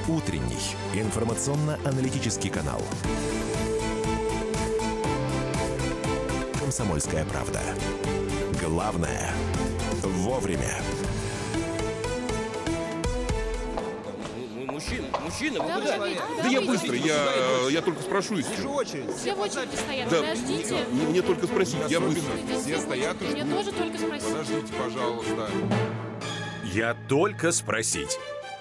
Утренний информационно-аналитический канал «Комсомольская правда». Главное – вовремя. Мужчина, вы куда? Да я быстро, я только спрошу еще. Все в очереди стоят, Да, подождите. мне только спросить, я быстро. Все стоят и ждут. Мне тоже только спросить. Подождите, пожалуйста. Я только спросить.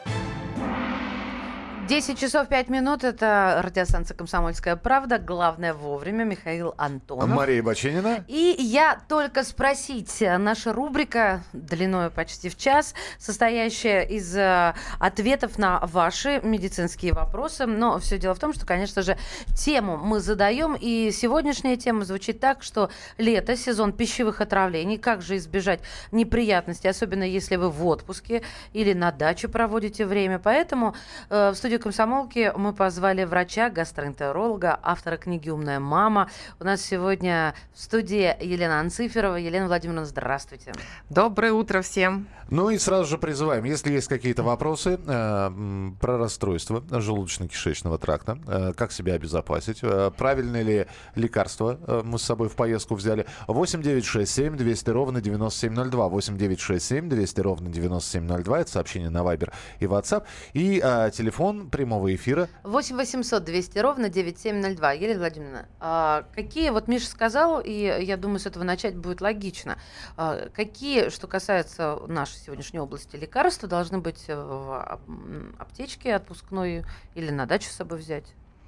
10 часов 5 минут. Это радиостанция «Комсомольская правда». Главное вовремя. Михаил Антонов. Мария Баченина. И я только спросить. Наша рубрика длиной почти в час, состоящая из ответов на ваши медицинские вопросы. Но все дело в том, что, конечно же, тему мы задаем. И сегодняшняя тема звучит так, что лето, сезон пищевых отравлений. Как же избежать неприятностей, особенно если вы в отпуске или на даче проводите время. Поэтому в студию «Комсомолки» мы позвали врача, гастроэнтеролога, автора книги «Умная мама». У нас сегодня в студии Елена Анциферова. Елена Владимировна, здравствуйте. Доброе утро всем. Ну и сразу же призываем, если есть какие-то вопросы про расстройство желудочно-кишечного тракта, как себя обезопасить, правильное ли лекарство мы с собой в поездку взяли, 8 200 ровно 9702, 8 200 ровно 9702, это сообщение на Viber и WhatsApp, и телефон прямого эфира 8 800 200 ровно 9702. Елена Владимировна, какие, вот Миша сказал, и я думаю, с этого начать будет логично, какие, что касается нашей сегодняшней области, лекарства должны быть в аптечке отпускной или на дачу с собой взять?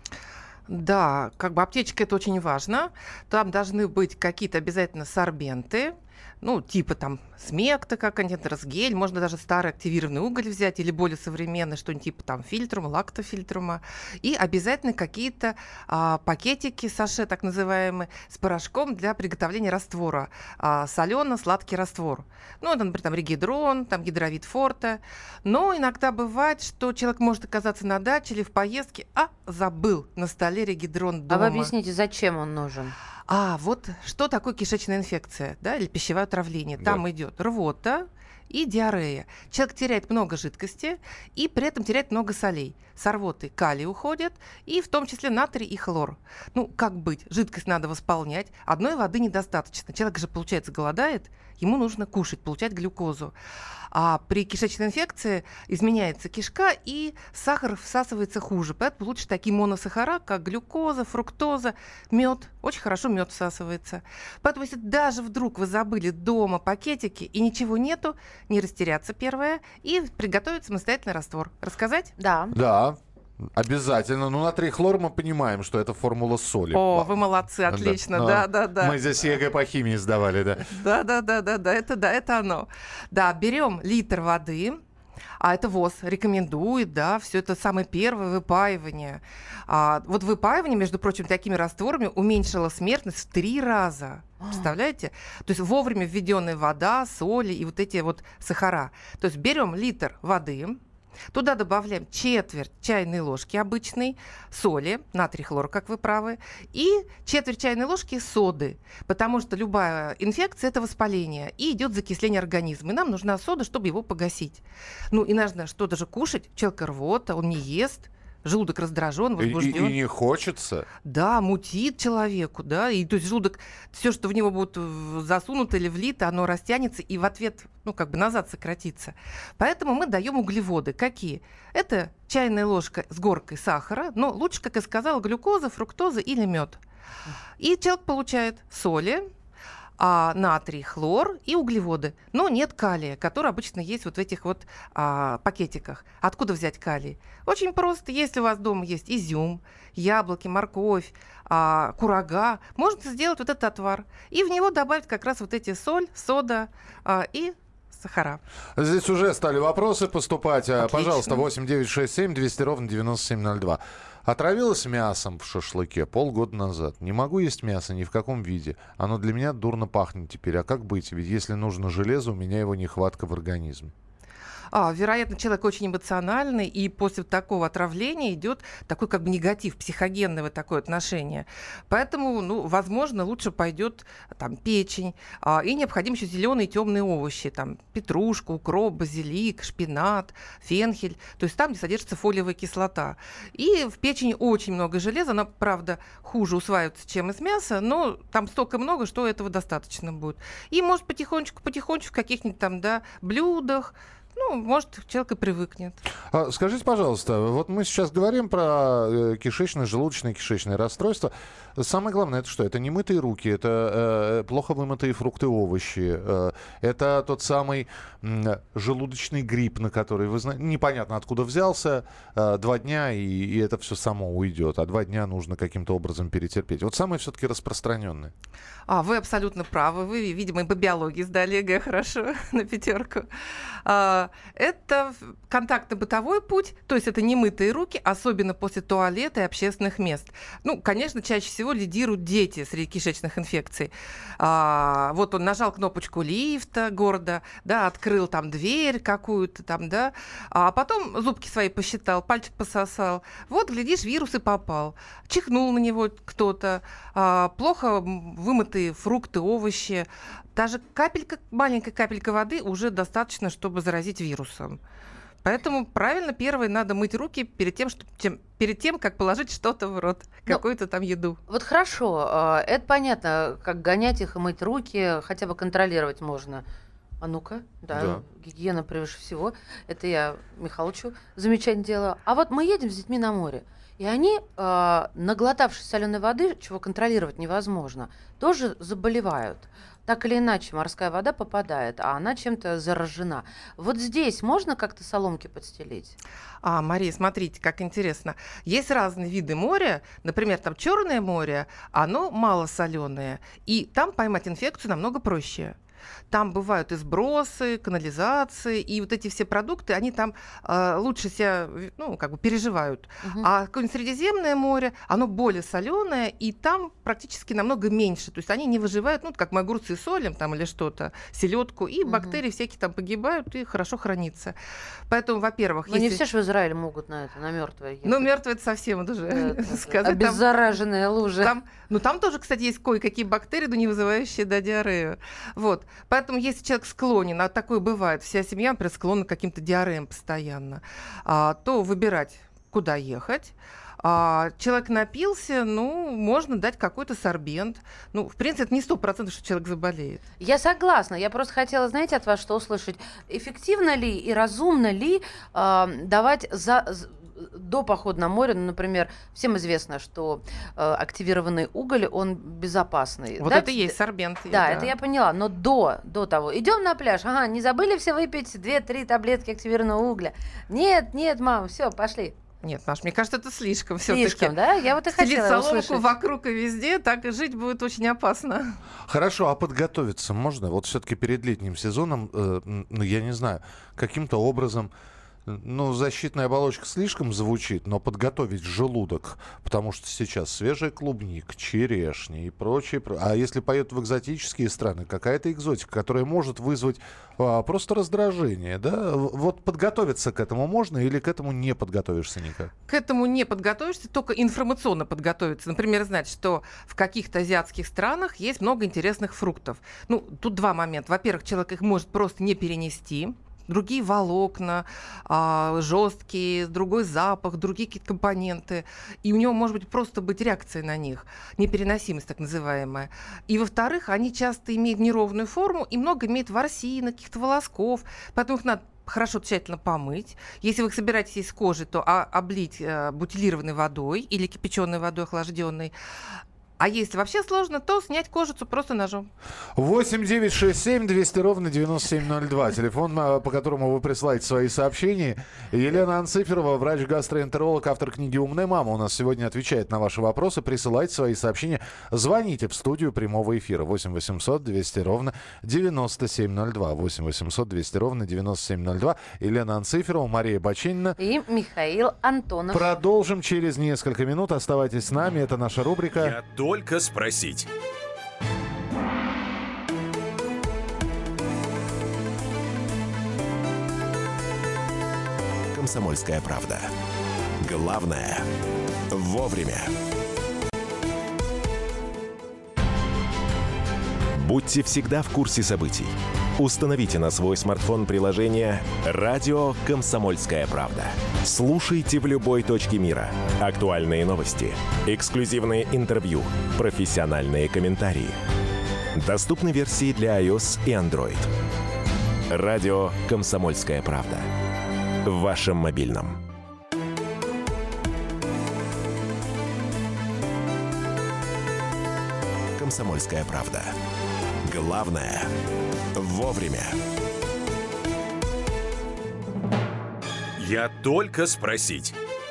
Да, как бы аптечка — это очень важно. Там должны быть какие-то обязательно сорбенты, ну, типа там смекта, как антидрозгель, можно даже старый активированный уголь взять или более современный, что-нибудь типа там фильтрума, лактофильтрума. И обязательно какие-то пакетики, саше так называемые, с порошком для приготовления раствора. Солено-сладкий раствор. Ну, это, например, там регидрон, там гидровит форте. Но иногда бывает, что человек может оказаться на даче или в поездке, забыл на столе регидрон дома. А вы объясните, зачем он нужен? Вот что такое кишечная инфекция, да, или пищевое отравление? Там идет рвота и диарея. Человек теряет много жидкости и при этом теряет много солей. С рвоты калий уходит, и в том числе натрий и хлор. Ну, как быть? Жидкость надо восполнять. Одной воды недостаточно. Человек же, получается, голодает, ему нужно кушать, получать глюкозу. А при кишечной инфекции изменяется кишка, и сахар всасывается хуже. Поэтому лучше такие моносахара, как глюкоза, фруктоза, мед. Очень хорошо мед всасывается. Поэтому, если даже вдруг вы забыли дома пакетики и ничего нету, не растеряться первое и приготовить самостоятельный раствор. Рассказать? Да. Да. Обязательно. Ну, натрий хлор мы понимаем, что это формула соли. О, вы молодцы, отлично, да. Мы здесь ЕГЭ по химии сдавали, да. Да, это оно. Да, берем литр воды, это ВОЗ рекомендует, да, все это самое первое выпаивание. Вот выпаивание, между прочим, такими растворами уменьшило смертность в 3 раза. Представляете? То есть вовремя введенная вода, соли и вот эти вот сахара. То есть берем литр воды, туда добавляем четверть чайной ложки обычной соли, натрий хлор, как вы правы, и четверть чайной ложки соды, потому что любая инфекция — это воспаление, и идет закисление организма. И нам нужна сода, чтобы его погасить. Ну и нужно что-то же кушать. Человек рвота, он не ест. Желудок раздражен, возбужден. И не хочется. Да, мутит человеку, да. И то есть желудок, все, что в него будет засунуто или влито, оно растянется и в ответ, назад сократится. Поэтому мы даем углеводы. Какие? Это чайная ложка с горкой сахара, но лучше, как я сказала, глюкоза, фруктоза или мед. И человек получает соли, натрий, хлор и углеводы. Но нет калия, который обычно есть вот в этих вот пакетиках. Откуда взять калий? Очень просто. Если у вас дома есть изюм, яблоки, морковь, курага, можно сделать вот этот отвар. И в него добавить как раз вот эти соль, сода и сахара. Здесь уже стали вопросы поступать. Отлично. Пожалуйста, 8 967 200 ровно 9702. Отравилась мясом в шашлыке полгода назад. Не могу есть мясо ни в каком виде. Оно для меня дурно пахнет теперь. А как быть? Ведь если нужно железо, у меня его нехватка в организме. Вероятно, человек очень эмоциональный, и после такого отравления идет такой как бы негатив, психогенное такое отношение. Поэтому, возможно, лучше пойдет там печень, и необходимы еще зеленые темные овощи, там петрушка, укроп, базилик, шпинат, фенхель, то есть там, где содержится фолиевая кислота. И в печени очень много железа, она, правда, хуже усваивается, чем из мяса, но там столько много, что этого достаточно будет. И может потихонечку в каких-нибудь там, блюдах, может, человек и привыкнет. Скажите, пожалуйста, вот мы сейчас говорим про кишечное, желудочно-кишечное расстройство. Самое главное, это что? Это немытые руки, это плохо вымытые фрукты, овощи, это тот самый желудочный грипп, на который, вы знаете, непонятно откуда взялся, 2 дня, и это все само уйдет, а 2 дня нужно каким-то образом перетерпеть. Вот самое все-таки распространенное. Вы абсолютно правы. Вы, видимо, и по биологии сдали ЕГЭ хорошо на 5. Это контактно-бытовой путь, то есть это немытые руки, особенно после туалета и общественных мест. Конечно, чаще всего лидируют дети среди кишечных инфекций. Вот он нажал кнопочку лифта города, открыл там дверь какую-то там, а потом зубки свои посчитал, пальчик пососал. Вот, глядишь, вирус и попал. Чихнул на него кто-то, плохо вымытые фрукты, овощи. Даже маленькая капелька воды уже достаточно, чтобы заразить вирусом. Поэтому правильно первое надо мыть руки перед тем, как положить что-то в рот, какую-то там еду. Вот хорошо, это понятно, как гонять их и мыть руки, хотя бы контролировать можно. А ну-ка, да, гигиена превыше всего. Это я Михалычу замечание делаю. А вот мы едем с детьми на море, и они, наглотавшись соленой воды, чего контролировать невозможно, тоже заболевают. Так или иначе, морская вода попадает, а она чем-то заражена. Вот здесь можно как-то соломки подстелить? Мария, смотрите, как интересно. Есть разные виды моря. Например, там Черное море, оно малосоленое, и там поймать инфекцию намного проще. Там бывают и сбросы, канализации, и вот эти все продукты, они там лучше себя, переживают. А какое-нибудь Средиземное море, оно более соленое, и там практически намного меньше. То есть они не выживают, как мы огурцы солим там или что-то, селедку, и бактерии всякие там погибают, и хорошо хранится. Поэтому, во-первых... Но не все же в Израиле могут на мертвое ехать. Мертвое это совсем уже сказать. Обеззараженная лужа. Там тоже, кстати, есть кое-какие бактерии, но не вызывающие диарею. Вот. Поэтому, если человек склонен, а такое бывает, вся семья, например, склонна к каким-то диареям постоянно, то выбирать, куда ехать. Человек напился, можно дать какой-то сорбент. В принципе, это не 100%, что человек заболеет. Я согласна. Я просто хотела, знаете, от вас что услышать. Эффективно ли и разумно ли давать до похода на море, например, всем известно, что активированный уголь, он безопасный. Вот это и есть сорбент. Да, это я поняла. Но до того. Идем на пляж. Не забыли все выпить 2-3 таблетки активированного угля? Нет, мам, все, пошли. Нет, Маш, мне кажется, это слишком. Слишком, да? Я вот и хотела услышать. Соломку вокруг и везде, так и жить будет очень опасно. Хорошо, а подготовиться можно? Вот все-таки перед летним сезоном, я не знаю, каким-то образом... защитная оболочка слишком звучит, но подготовить желудок, потому что сейчас свежая клубника, черешня и прочее. А если поет в экзотические страны, какая-то экзотика, которая может вызвать просто раздражение, да? Вот подготовиться к этому можно или к этому не подготовишься никак? К этому не подготовишься, только информационно подготовиться. Например, знать, что в каких-то азиатских странах есть много интересных фруктов. Тут 2 момента. Во-первых, человек их может просто не перенести. Другие волокна, жесткие, другой запах, другие какие-то компоненты. И у него может просто быть реакция на них, непереносимость так называемая. И, во-вторых, они часто имеют неровную форму и много имеют ворсинок, каких-то волосков. Поэтому их надо хорошо, тщательно помыть. Если вы их собираетесь из кожи, то облить бутилированной водой или кипяченой водой охлажденной. А если вообще сложно, то снять кожицу просто ножом. 8 200 ровно 9702. Телефон, по которому вы присылаете свои сообщения. Елена Анциферова, врач-гастроэнтеролог, автор книги «Умная мама», у нас сегодня отвечает на ваши вопросы. Присылайте свои сообщения. Звоните в студию прямого эфира. 8 800 200 ровно 9702. 8 800 200 ровно 9702. Елена Анциферова, Мария Баченина. И Михаил Антонов. Продолжим через несколько минут. Оставайтесь с нами. Это наша рубрика Только спросить. «Комсомольская правда». Главное – вовремя. Будьте всегда в курсе событий. Установите на свой смартфон приложение «Радио Комсомольская правда». Слушайте в любой точке мира. Актуальные новости, эксклюзивные интервью, профессиональные комментарии. Доступны версии для iOS и Android. «Радио Комсомольская правда». В вашем мобильном. «Комсомольская правда». Главное – вовремя. Я только спросить.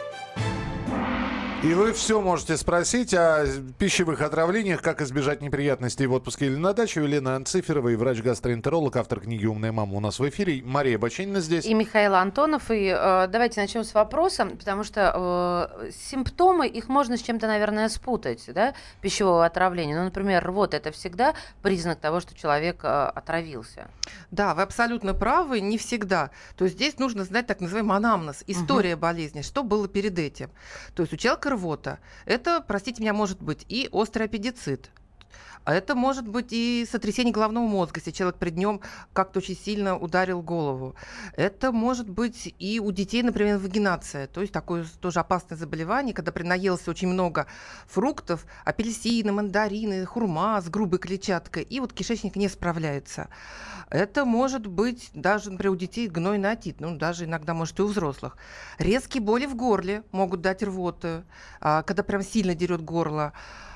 И вы все можете спросить о пищевых отравлениях, как избежать неприятностей в отпуске или на даче. Елена Анциферова и врач-гастроэнтеролог, автор книги «Умная мама» у нас в эфире. Мария Баченина здесь. И Михаил Антонов. И давайте начнем с вопроса, потому что симптомы, их можно с чем-то, наверное, спутать, да, пищевого отравления. Ну, например, рвота – это всегда признак того, что человек отравился. Да, вы абсолютно правы, не всегда. То есть здесь нужно знать так называемый анамнез, история болезни, что было перед этим. То есть у человека рвота. Это, простите меня, может быть и острый аппендицит. А это может быть и сотрясение головного мозга, если человек при нем как-то очень сильно ударил голову. Это может быть и у детей, например, вагинация. То есть такое тоже опасное заболевание, когда наелся очень много фруктов, апельсины, мандарины, хурма с грубой клетчаткой, и вот кишечник не справляется. Это может быть даже, например, у детей гнойный отит, ну, даже иногда, может, и у взрослых. Резкие боли в горле могут дать рвоту, когда прям сильно дерет горло.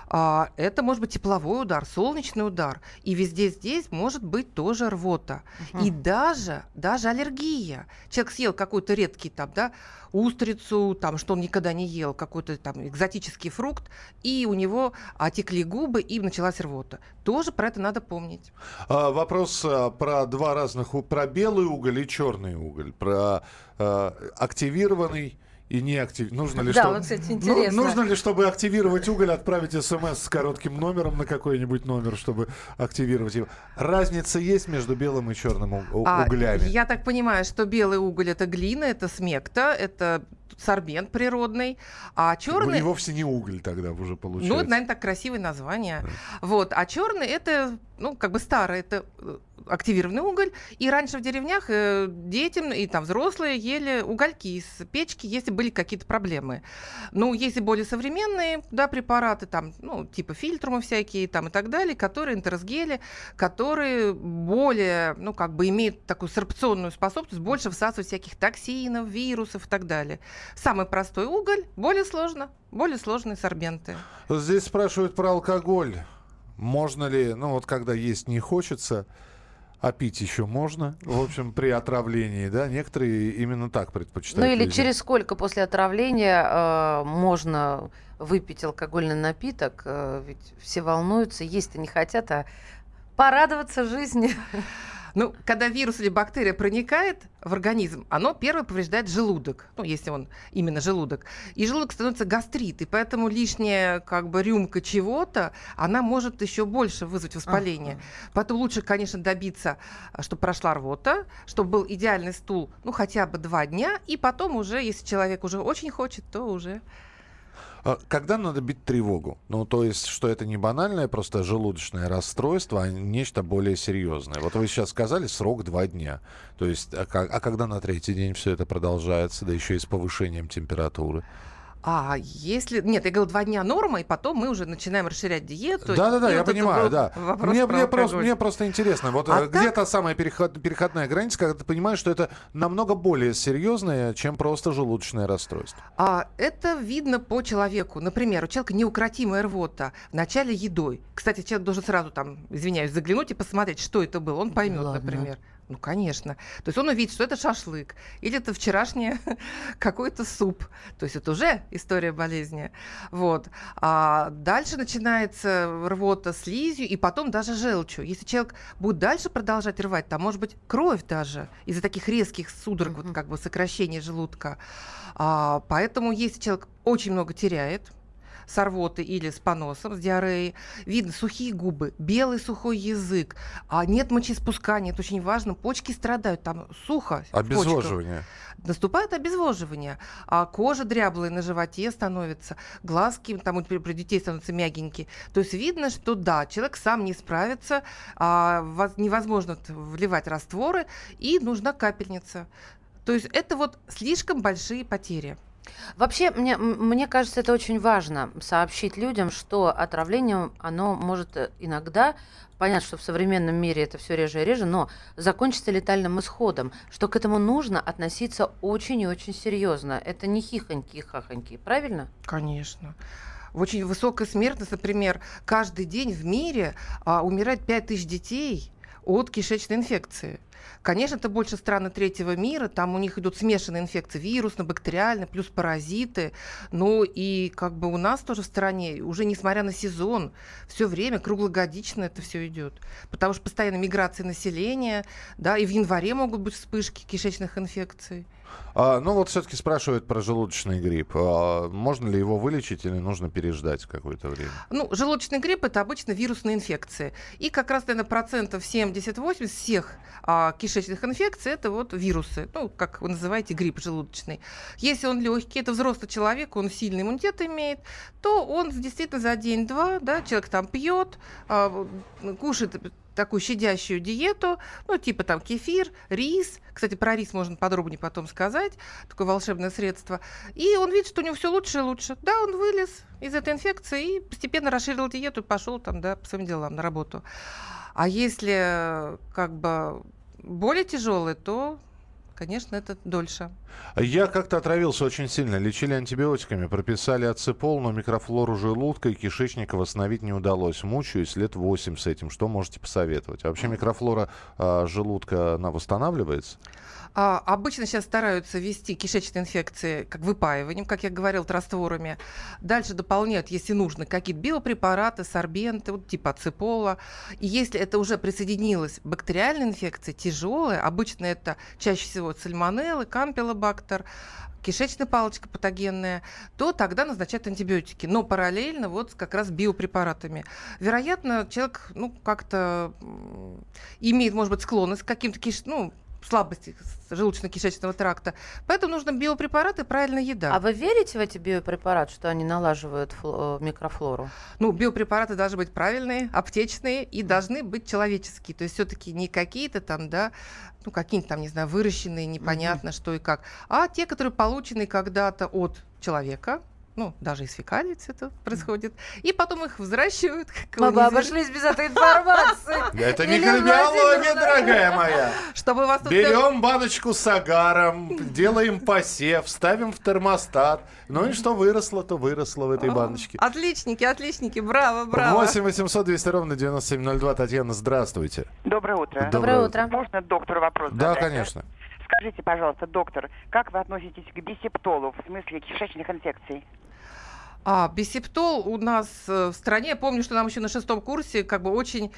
Это может быть тепловой удар, солнечный удар. И везде здесь может быть тоже рвота. И даже аллергия. Человек съел какой-то редкий там, да, устрицу, там, что он никогда не ел, какой-то там экзотический фрукт, и у него отекли губы, и началась рвота. Тоже про это надо помнить. Вопрос про два разных, про белый уголь и черный уголь, про активированный и не нужно ли, вот, кстати, интересно. Нужно ли, чтобы активировать уголь, отправить смс с коротким номером на какой-нибудь номер, чтобы активировать его? Разница есть между белым и черным углями? Я так понимаю, что белый уголь — это глина, это смекта, это сорбент природный, а черный... И вовсе не уголь тогда уже получается. Ну, это, наверное, так красивое название. Вот. А черный — это, ну, как бы старый, это активированный уголь. И раньше в деревнях детям и там взрослые ели угольки из печки, если были какие-то проблемы. Ну, есть и более современные, да, препараты, там, ну, типа фильтрумы всякие там и так далее, которые энтеросгели, которые более, ну, как бы имеют такую сорбционную способность больше всасывать всяких токсинов, вирусов и так далее. Самый простой уголь, более сложные сорбенты. Здесь спрашивают про алкоголь. Можно ли, ну вот когда есть не хочется, а пить еще можно, в общем, при отравлении, да? Некоторые именно так предпочитают. Ну или люди. через сколько после отравления можно выпить алкогольный напиток? Ведь все волнуются, есть-то не хотят, а порадоваться жизни. Ну, когда вирус или бактерия проникает в организм, оно первое повреждает желудок, ну, если он именно желудок, и желудок становится гастрит, и поэтому лишняя, как бы, рюмка чего-то, она может еще больше вызвать воспаление. Поэтому лучше, конечно, добиться, чтобы прошла рвота, чтобы был идеальный стул, ну, хотя бы 2 дня, и потом уже, если человек уже очень хочет, то уже... Когда надо бить тревогу? Ну, то есть, что это не банальное просто желудочное расстройство, а нечто более серьезное. Вот вы сейчас сказали, срок 2 дня. То есть, а когда на 3-й день все это продолжается, да еще и с повышением температуры? А если... Нет, я говорю, 2 дня норма, и потом мы уже начинаем расширять диету. Да-да-да, я понимаю, да. Мне просто интересно, вот где та самая переходная граница, когда ты понимаешь, что это намного более серьезное, чем просто желудочное расстройство? Это видно по человеку. Например, у человека неукротимая рвота в начале едой. Кстати, человек должен сразу, там, извиняюсь, заглянуть и посмотреть, что это было. Он поймет, например. Ну, конечно. То есть он увидит, что это шашлык, или это вчерашний какой-то суп. То есть это уже история болезни. Вот. А дальше начинается рвота слизью, и потом даже желчью. Если человек будет дальше продолжать рвать, там может быть кровь даже из-за таких резких судорог, вот как бы сокращения желудка. Поэтому если человек очень много теряет, с рвотой или с поносом, с диареей. Видно сухие губы, белый сухой язык, нет мочеиспускания, это очень важно, почки страдают, там сухо. Обезвоживание. Наступает обезвоживание, кожа дряблая на животе становится, глазки там при детей становятся мягенькие. То есть видно, что да, человек сам не справится, невозможно вливать растворы, и нужна капельница. То есть это вот слишком большие потери. Вообще, мне кажется, это очень важно сообщить людям, что отравление, оно может иногда, понятно, что в современном мире это все реже и реже, но закончится летальным исходом, что к этому нужно относиться очень и очень серьезно. Это не хихоньки-хахоньки, правильно? Конечно. Очень высокая смертность, например, каждый день в мире умирает 5000 детей от кишечной инфекции. Конечно, это больше страны третьего мира, там у них идут смешанные инфекции, вирусно-бактериальные, плюс паразиты. Ну и как бы у нас тоже в стране, уже несмотря на сезон, все время, круглогодично это все идет. Потому что постоянно миграция населения, да, и в январе могут быть вспышки кишечных инфекций. Ну вот все-таки спрашивают про желудочный грипп. Можно ли его вылечить или нужно переждать какое-то время? Ну, желудочный грипп — это обычно вирусные инфекции. И как раз, наверное, 70-80% всех кишечных инфекций — это вот вирусы. Ну, как вы называете, грипп желудочный. Если он легкий, это взрослый человек, он сильный иммунитет имеет, то он действительно за день-два, да, человек там пьет, кушает такую щадящую диету, ну, типа там кефир, рис. Кстати, про рис можно подробнее потом сказать. Такое волшебное средство. И он видит, что у него все лучше и лучше. Да, он вылез из этой инфекции и постепенно расширил диету и пошел там, да, по своим делам на работу. А если как бы более тяжелый, то, конечно, это дольше. Я как-то отравился очень сильно. Лечили антибиотиками, прописали ацепол, но микрофлору желудка и кишечника восстановить не удалось. Мучаюсь лет 8 с этим. Что можете посоветовать? А вообще микрофлора желудка, она восстанавливается? Обычно сейчас стараются ввести кишечные инфекции как выпаиванием, как я говорила, растворами. Дальше дополняют, если нужно, какие-то биопрепараты, сорбенты, вот типа ацепола. И если это уже присоединилась бактериальная инфекция, тяжелая, обычно это чаще всего сальмонеллы, кампилобактер, кишечная палочка патогенная, то тогда назначают антибиотики. Но параллельно вот как раз биопрепаратами. Вероятно, человек как-то имеет, может быть, склонность к каким-то слабости желудочно-кишечного тракта. Поэтому нужно биопрепараты и правильная еда. А вы верите в эти биопрепараты, что они налаживают микрофлору? Биопрепараты должны быть правильные, аптечные и должны быть человеческие. То есть все-таки не какие-то там, да, какие-то там, не знаю, выращенные, непонятно что и как, а те, которые получены когда-то от человека, даже из фекалий это происходит. И потом их взращивают. Мы бы обошлись без этой информации. Это микробиология, дорогая моя. Чтобы вас Берем баночку с агаром, делаем посев, ставим в термостат. Ну и что выросло, то выросло в этой баночке. Отличники, браво. 8 800 200 ровно 9702. Татьяна, здравствуйте. Доброе утро. Доброе утро. Можно доктору вопрос Да, задать? конечно. Скажите, пожалуйста, доктор, как вы относитесь к бисептолу в смысле кишечных инфекций? Бисептол у нас в стране, я помню, что нам еще на 6 курсе очень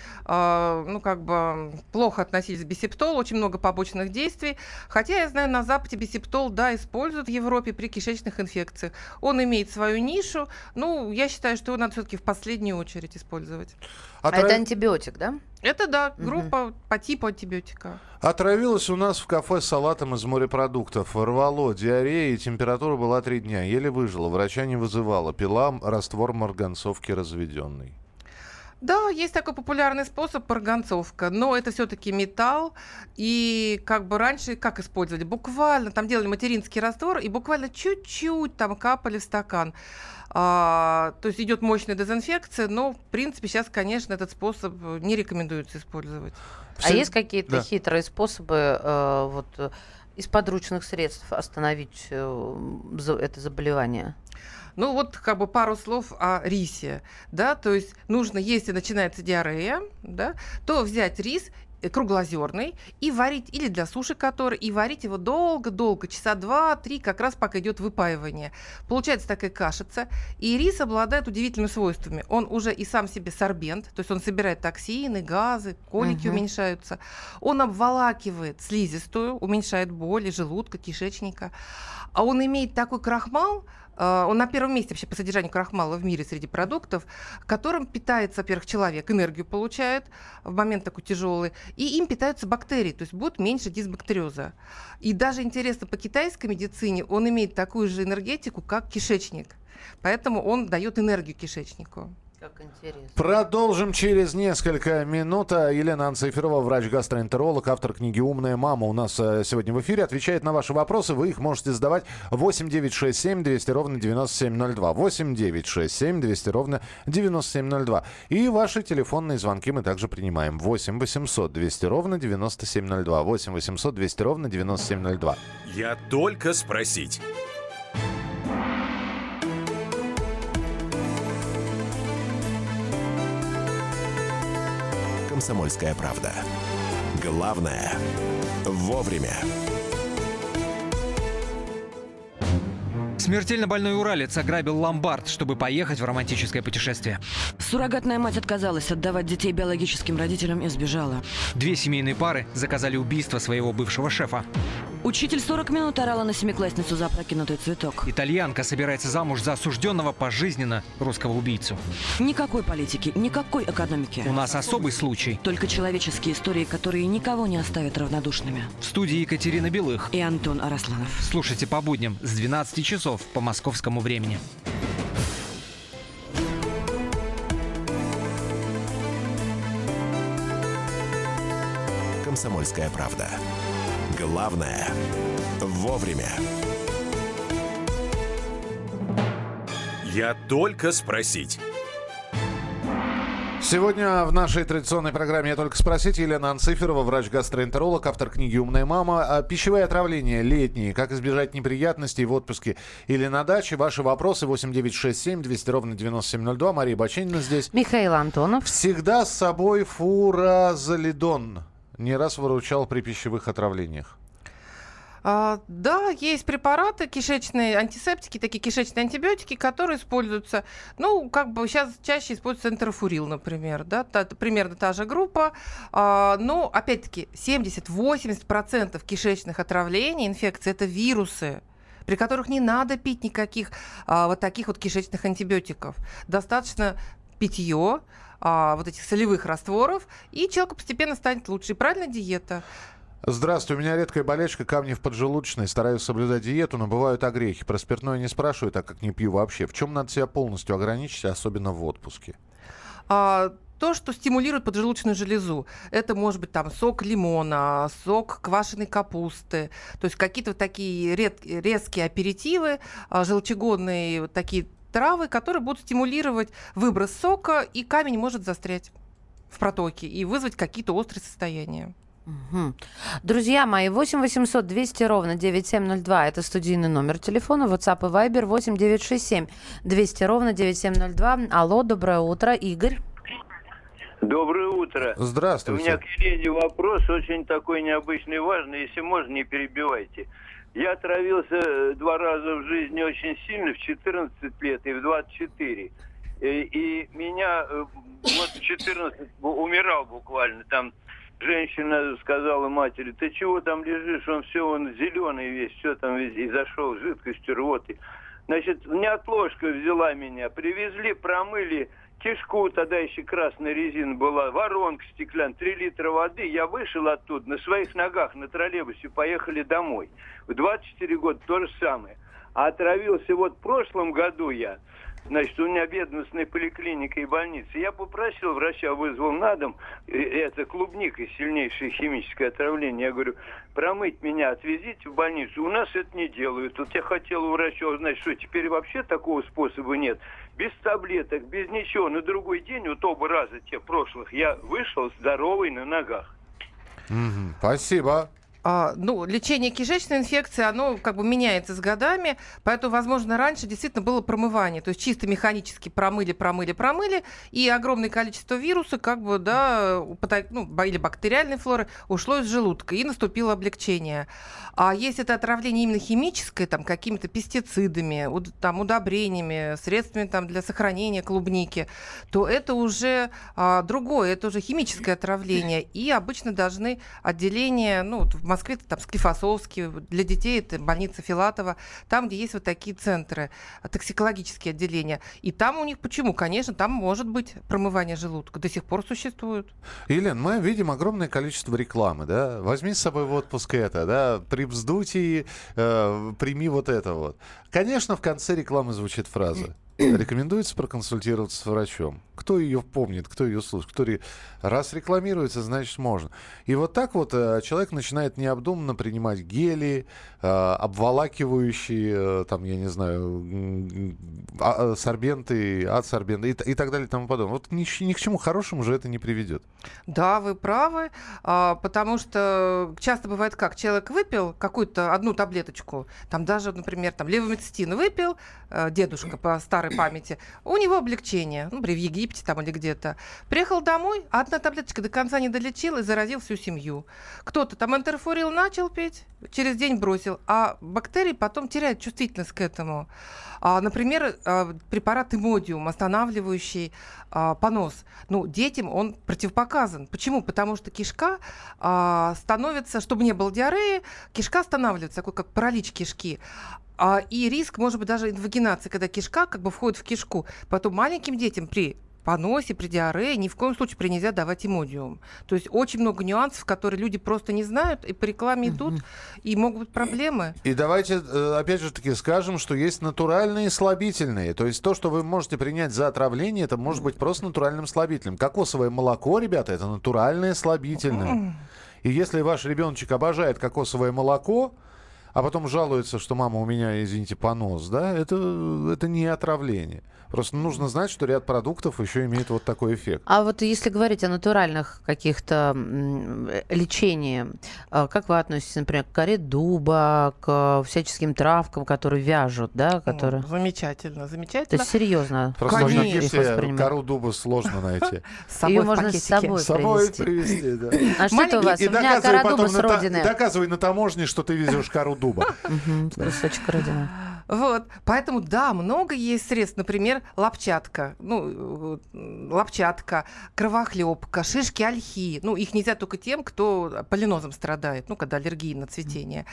плохо относились к бисептолу, очень много побочных действий. Хотя я знаю, на Западе бисептол, да, используют в Европе при кишечных инфекциях. Он имеет свою нишу, я считаю, что его надо все-таки в последнюю очередь использовать. Это антибиотик, да? Это, да, группа по типу антибиотика. Отравилась у нас в кафе салатом из морепродуктов. Рвало, диарея и температура была 3 дня. Еле выжила, врача не вызывала. Пила раствор марганцовки разведенный. Да, есть такой популярный способ марганцовка, но это все-таки металл, и раньше как использовали? Буквально там делали материнский раствор и буквально чуть-чуть там капали в стакан. То есть идет мощная дезинфекция, но в принципе сейчас, конечно, этот способ не рекомендуется использовать. А есть какие-то хитрые способы из подручных средств остановить это заболевание? Пару слов о рисе, да, то есть нужно, если начинается диарея, да, то взять рис круглозерный и варить, или для суши который, и варить его долго-долго, часа 2-3, как раз пока идет выпаивание. Получается такая кашица, и рис обладает удивительными свойствами. Он уже и сам себе сорбент, то есть он собирает токсины, газы, колики уменьшаются. Он обволакивает слизистую, уменьшает боли желудка, кишечника. А он имеет такой крахмал, Он на первом месте вообще по содержанию крахмала в мире среди продуктов, которым питается, во-первых, человек, энергию получает в момент такой тяжелый, и им питаются бактерии, то есть будет меньше дисбактериоза. И даже интересно, по китайской медицине он имеет такую же энергетику, как кишечник. Поэтому он дает энергию кишечнику. Как интересно. Продолжим через несколько минут. Елена Анциферова, врач-гастроэнтеролог, автор книги «Умная мама» у нас сегодня в эфире. Отвечает на ваши вопросы. Вы их можете задавать 8 967 200 ровно 9702. 8 967 200 ровно 9702. И ваши телефонные звонки мы также принимаем. 8 800 200 ровно 9702. 8 800 200 ровно 9702. Я только спросить. «Комсомольская правда». Главное – вовремя. Смертельно больной уралец ограбил ломбард, чтобы поехать в романтическое путешествие. Суррогатная мать отказалась отдавать детей биологическим родителям и сбежала. 2 семейные пары заказали убийство своего бывшего шефа. Учитель 40 минут орала на семиклассницу за опрокинутый цветок. Итальянка собирается замуж за осужденного пожизненно русского убийцу. Никакой политики, никакой экономики. У нас особый случай. Только человеческие истории, которые никого не оставят равнодушными. В студии Екатерина Белых и Антон Арасланов. Слушайте по будням с 12 часов по московскому времени. «Комсомольская правда». Главное – вовремя. Я только спросить. Сегодня в нашей традиционной программе «Я только спросить» Елена Анциферова, врач-гастроэнтеролог, автор книги «Умная мама». Пищевые отравления летние. Как избежать неприятностей в отпуске или на даче? Ваши вопросы 8 967 200 ровно 9702. Мария Баченина здесь. Михаил Антонов. Всегда с собой фуразолидон. Не раз выручал при пищевых отравлениях. Да, есть препараты, кишечные антисептики, такие кишечные антибиотики, которые используются, сейчас чаще используется энтерофурил, например, да, примерно та же группа, но, опять-таки, 70-80% кишечных отравлений, инфекций – это вирусы, при которых не надо пить никаких вот таких вот кишечных антибиотиков. Достаточно питье вот этих солевых растворов, и человеку постепенно станет лучше. И правильная диета. Здравствуйте, у меня редкая болячка, камни в поджелудочной. Стараюсь соблюдать диету, но бывают огрехи. Про спиртное не спрашиваю, так как не пью вообще. В чем надо себя полностью ограничить, особенно в отпуске? То, что стимулирует поджелудочную железу. Это может быть там сок лимона, сок квашеной капусты. То есть какие-то вот такие резкие аперитивы, желчегонные вот такие травы, которые будут стимулировать выброс сока, и камень может застрять в протоке и вызвать какие-то острые состояния. Угу. Друзья мои, 8 800 200 ровно 9702. Это студийный номер телефона. WhatsApp и Viber 8 967 200 ровно 9702. Алло, доброе утро, Игорь. Доброе утро. Здравствуйте. У меня к Елене вопрос очень такой необычный, важный. Если можно, не перебивайте. Я отравился 2 раза в жизни очень сильно, в 14 лет и в 24. И меня вот в 14 умирал буквально. Там женщина сказала матери: ты чего там лежишь? Он зеленый весь, все там весь, и зашел жидкостью, рвоты. Значит, неотложка взяла меня, привезли, промыли кишку, тогда еще красная резина была, воронка стеклянная, 3 литра воды. Я вышел оттуда, на своих ногах, на троллейбусе, поехали домой. В 24 года то же самое. А отравился вот в прошлом году я. Значит, у меня ведомственная поликлиника и больница. Я попросил врача, вызвал на дом, это клубника, сильнейшее химическое отравление. Я говорю: промыть меня отвезите в больницу. У нас это не делают. Вот я хотел у врача узнать, что теперь вообще такого способа нет. Без таблеток, без ничего. На другой день, вот оба раза тех прошлых, я вышел здоровый на ногах. Спасибо. Лечение кишечной инфекции, оно как бы меняется с годами, поэтому, возможно, раньше действительно было промывание, то есть чисто механически промыли, и огромное количество вируса, или бактериальной флоры ушло из желудка, и наступило облегчение. А если это отравление именно химическое, там, какими-то пестицидами, удобрениями, средствами для сохранения клубники, то это уже другое, это уже химическое отравление, и обычно должны отделения, в Москве это там Склифосовский, для детей это больница Филатова, там, где есть вот такие центры, токсикологические отделения. И там у них почему? Конечно, там может быть промывание желудка, до сих пор существует. Елена, мы видим огромное количество рекламы, да? Возьми с собой в отпуск это, да? При вздутии прими вот это вот. Конечно, в конце рекламы звучит фраза: рекомендуется проконсультироваться с врачом. Кто ее помнит, кто ее слушает, раз рекламируется, значит можно. И вот так вот человек начинает необдуманно принимать гели, обволакивающие, там, я не знаю, сорбенты, адсорбенты и так далее и тому подобное. Вот ни к чему хорошему же это не приведет. Да, вы правы, потому что часто бывает как, человек выпил какую-то одну таблеточку, там даже, например, там левомицетин выпил, дедушка по старой памяти, у него облегчение, ну, например, в Египте там или где-то. Приехал домой, а одна таблеточка до конца не долечила и заразил всю семью. Кто-то там энтерофурил начал пить, через день бросил, а бактерии потом теряют чувствительность к этому. Например, препарат имодиум, останавливающий понос. Ну, детям он противопоказан. Почему? Потому что кишка становится, чтобы не было диареи, кишка останавливается, такой как паралич кишки. И риск, может быть, даже инвагинации, когда кишка как бы входит в кишку. Потом маленьким детям при поносе, при диарее ни в коем случае нельзя давать имодиум. То есть очень много нюансов, которые люди просто не знают, и по рекламе идут, и могут быть проблемы. И давайте, опять же таки, скажем, что есть натуральные слабительные. То есть то, что вы можете принять за отравление, это может быть просто натуральным слабительным. Кокосовое молоко, ребята, это натуральное слабительное. И если ваш ребеночек обожает кокосовое молоко, а потом жалуется, что мама, у меня, извините, понос, да, это не отравление. Просто нужно знать, что ряд продуктов еще имеет вот такой эффект. А вот если говорить о натуральных каких-то лечении, как вы относитесь, например, к коре дуба, к всяческим травкам, которые вяжут, да? Которые... Замечательно, замечательно. То есть серьезно? Просто в Египте кору дуба сложно найти. Ее можно с собой привезти, да. А что это у вас? У меня кора дуба с родины. Доказывай на таможне, что ты везешь кору дуба. Кусочек родины. Вот, поэтому, да, много есть средств, например, лапчатка, кровохлебка, шишки ольхи. Ну, их нельзя только тем, кто полинозом страдает, когда аллергия на цветение.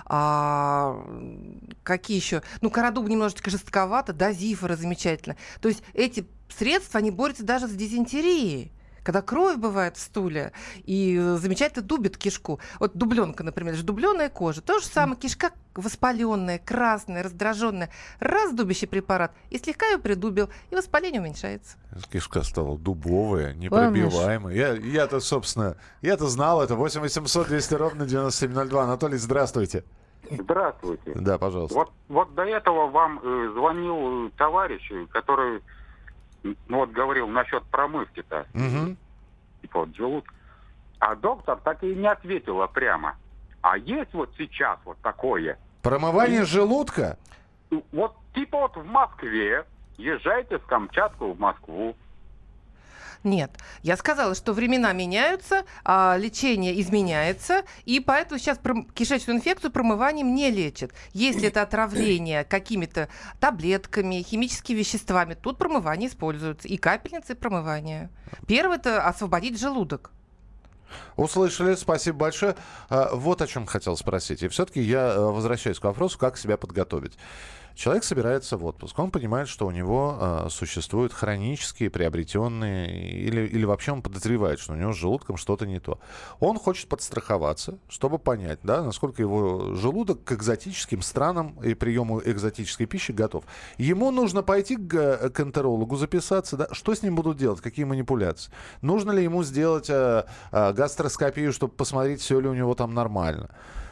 Какие еще? Кора дуба немножечко жестковато, дозифора замечательно. То есть эти средства, они борются даже с дизентерией. Когда кровь бывает в стуле, и замечательно дубит кишку. Вот дубленка, например, же дубленая кожа. То же самое, кишка воспаленная, красная, раздраженная. Раз дубящий препарат, и слегка ее придубил, и воспаление уменьшается. Кишка стала дубовая, непробиваемая. Я-то, собственно, знал это. 8 800 200 ровно 9702. Анатолий, здравствуйте. Здравствуйте. Да, пожалуйста. Вот до этого вам звонил товарищ, который... говорил насчет промывки-то. Типа вот желудка. А доктор так и не ответила прямо. А есть вот сейчас вот такое. Промывание желудка? Вот типа вот в Москве. Езжайте с Камчатку в Москву. Нет, я сказала, что времена меняются, лечение изменяется, и поэтому сейчас кишечную инфекцию промыванием не лечат. Если это отравление какими-то таблетками, химическими веществами, тут промывание используется, и капельницы, и промывание. Первое – это освободить желудок. Услышали, спасибо большое. Вот о чем хотел спросить. И все-таки я возвращаюсь к вопросу, как себя подготовить. Человек собирается в отпуск, он понимает, что у него существуют хронические, приобретенные, или вообще он подозревает, что у него с желудком что-то не то. Он хочет подстраховаться, чтобы понять, да, насколько его желудок к экзотическим странам и приему экзотической пищи готов. Ему нужно пойти к энтерологу, записаться, да, что с ним будут делать, какие манипуляции. Нужно ли ему сделать гастроскопию, чтобы посмотреть, все ли у него там нормально.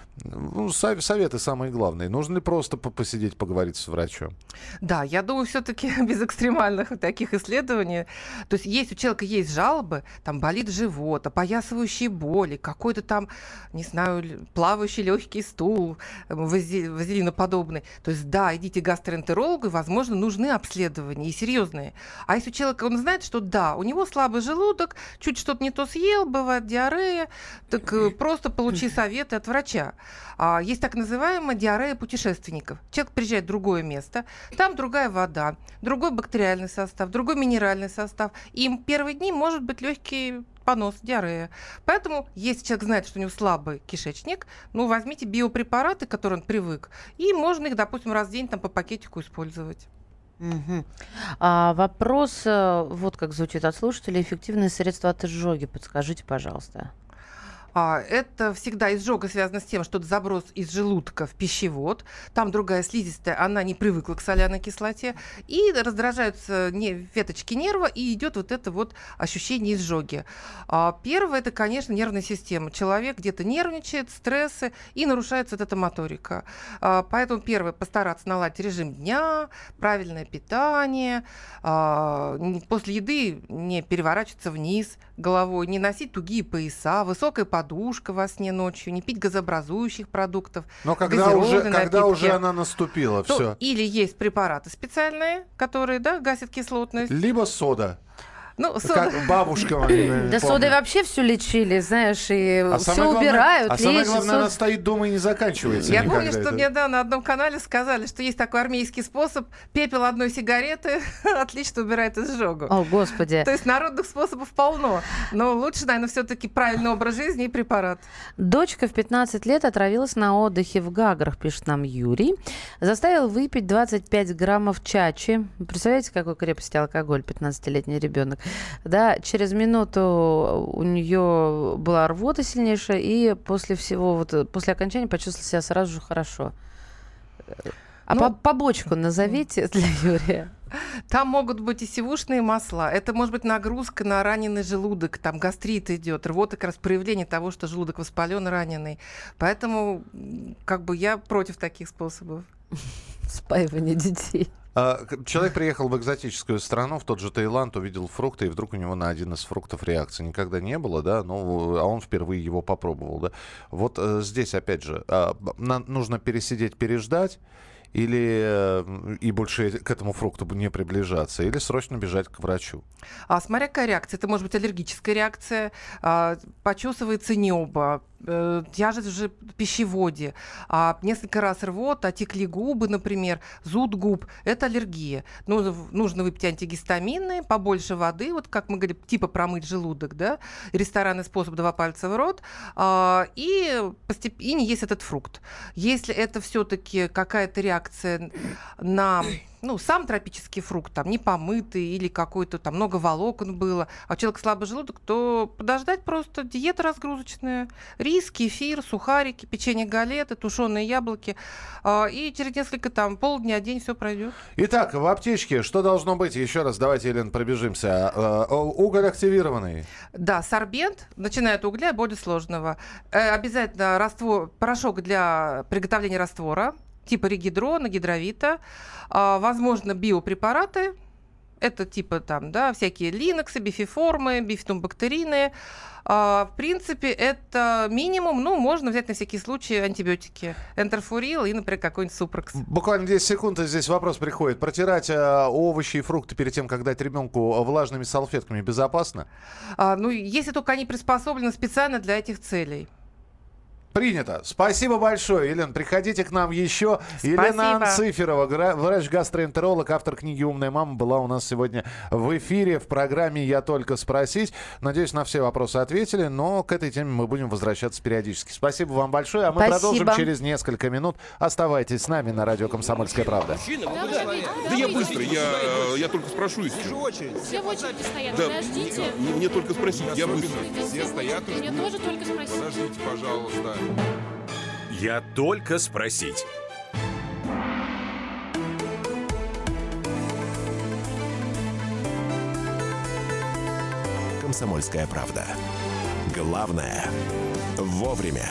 Советы самые главные. Нужно ли просто посидеть, поговорить с врачом? Да, я думаю, все-таки без экстремальных таких исследований. То есть у человека есть жалобы, там болит живот, опоясывающие боли, какой-то там, не знаю, плавающий легкий стул, вазелиноподобный. То есть да, идите к гастроэнтерологу, и, возможно, нужны обследования и серьезные. А если у человека, он знает, что да, у него слабый желудок, чуть что-то не то съел, бывает диарея, так просто получи советы от врача. Есть так называемая диарея путешественников. Человек приезжает в другое место, там другая вода, другой бактериальный состав, другой минеральный состав. И им первые дни может быть легкий понос, диарея. Поэтому, если человек знает, что у него слабый кишечник, возьмите биопрепараты, к которым он привык, и можно их, допустим, раз в день по пакетику использовать. Угу. Вопрос, вот как звучит от слушателей: эффективные средства от изжоги. Подскажите, пожалуйста. Это всегда изжога связана с тем, что это заброс из желудка в пищевод. Там другая слизистая, она не привыкла к соляной кислоте. И раздражаются веточки нерва, и идет вот это вот ощущение изжоги. Первое, это, конечно, нервная система. Человек где-то нервничает, стрессы, и нарушается вот эта моторика. Поэтому первое, постараться наладить режим дня, правильное питание, после еды не переворачиваться вниз головой, не носить тугие пояса, высокая подушка во сне ночью, не пить газообразующих продуктов. Но когда уже она наступила, все. Или есть препараты специальные, которые гасят кислотность. Либо сода. Сода. Как бабушка. Да содой вообще все лечили, знаешь, и все убирают, лечат. Самое главное, она стоит дома и не заканчивается. Я помню, что мне на одном канале сказали, что есть такой армейский способ: пепел одной сигареты отлично убирает изжогу. О, Господи. То есть народных способов полно. Но лучше, наверное, все-таки правильный образ жизни и препарат. Дочка в 15 лет отравилась на отдыхе в Гаграх, пишет нам Юрий. Заставил выпить 25 граммов чачи. Представляете, какой крепости алкоголь, 15-летний ребенок. Да, через минуту у нее была рвота сильнейшая, и после всего, после окончания почувствовала себя сразу же хорошо. Побочку назовите для Юрия. Там могут быть и сивушные масла. Это может быть нагрузка на раненый желудок. Там гастрит идет. Рвота как раз проявление того, что желудок воспален, раненый. Поэтому я против таких способов. Спаивание детей. Человек приехал в экзотическую страну, в тот же Таиланд, увидел фрукты, и вдруг у него на один из фруктов реакции никогда не было, да, а он впервые его попробовал, да. Вот здесь, опять же, нужно пересидеть, переждать, и больше к этому фрукту не приближаться, или срочно бежать к врачу? Смотря какая реакция. Это может быть аллергическая реакция, почесывается небо, тяжесть в пищеводе, несколько раз рвота, отекли губы, например, зуд губ. Это аллергия. Нужно выпить антигистаминные, побольше воды, как мы говорим, типа промыть желудок, да, ресторанный способ 2 пальца в рот, и не есть этот фрукт. Если это все-таки какая-то реакция на сам тропический фрукт, не помытый, или какой-то много волокон было, а у человека слабый желудок, то подождать просто. Диета разгрузочная. Рис, кефир, сухарики, печенье галеты, тушеные яблоки. И через несколько, полдня, день все пройдет. Итак, в аптечке что должно быть? Еще раз давайте, Елена, пробежимся. Уголь активированный. Да, сорбент, начиная от угля, более сложного. Обязательно порошок для приготовления раствора, типа регидрона, гидровита, возможно, биопрепараты, это типа всякие линоксы, бифиформы, бифидобактерины. В принципе, это минимум, можно взять на всякий случай антибиотики. Энтерфурил и, например, какой-нибудь супракс. Буквально 10 секунд, и здесь вопрос приходит. Протирать овощи и фрукты перед тем, как дать ребенку, влажными салфетками безопасно? Если только они приспособлены специально для этих целей. Принято. Спасибо большое, Елена. Приходите к нам еще. Спасибо. Елена Анциферова, врач-гастроэнтеролог, автор книги «Умная мама», была у нас сегодня в эфире в программе «Я только спросить». Надеюсь, на все вопросы ответили, но к этой теме мы будем возвращаться периодически. Спасибо вам большое, а мы продолжим через несколько минут. Оставайтесь с нами на радио «Комсомольская правда». Да я быстро, я только спрошу и все. Все в очереди стоят, Да, подождите. мне только спросить, я быстро. Все стоят. Мне тоже только спросить. Подождите, пожалуйста. Я только спросить. «Комсомольская правда». Главное – вовремя.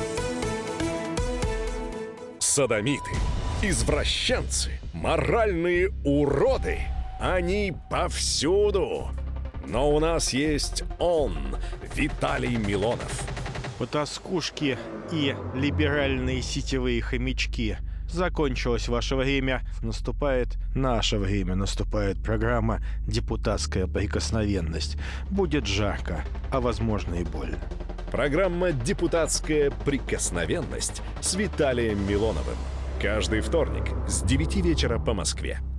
Содомиты, извращенцы, моральные уроды. Они повсюду. Но у нас есть он, Виталий Милонов. Потаскушки и либеральные сетевые хомячки. Закончилось ваше время. Наступает наше время. Наступает программа «Депутатская прикосновенность». Будет жарко, а возможно и больно. Программа «Депутатская прикосновенность» с Виталием Милоновым. Каждый вторник с 9 вечера по Москве.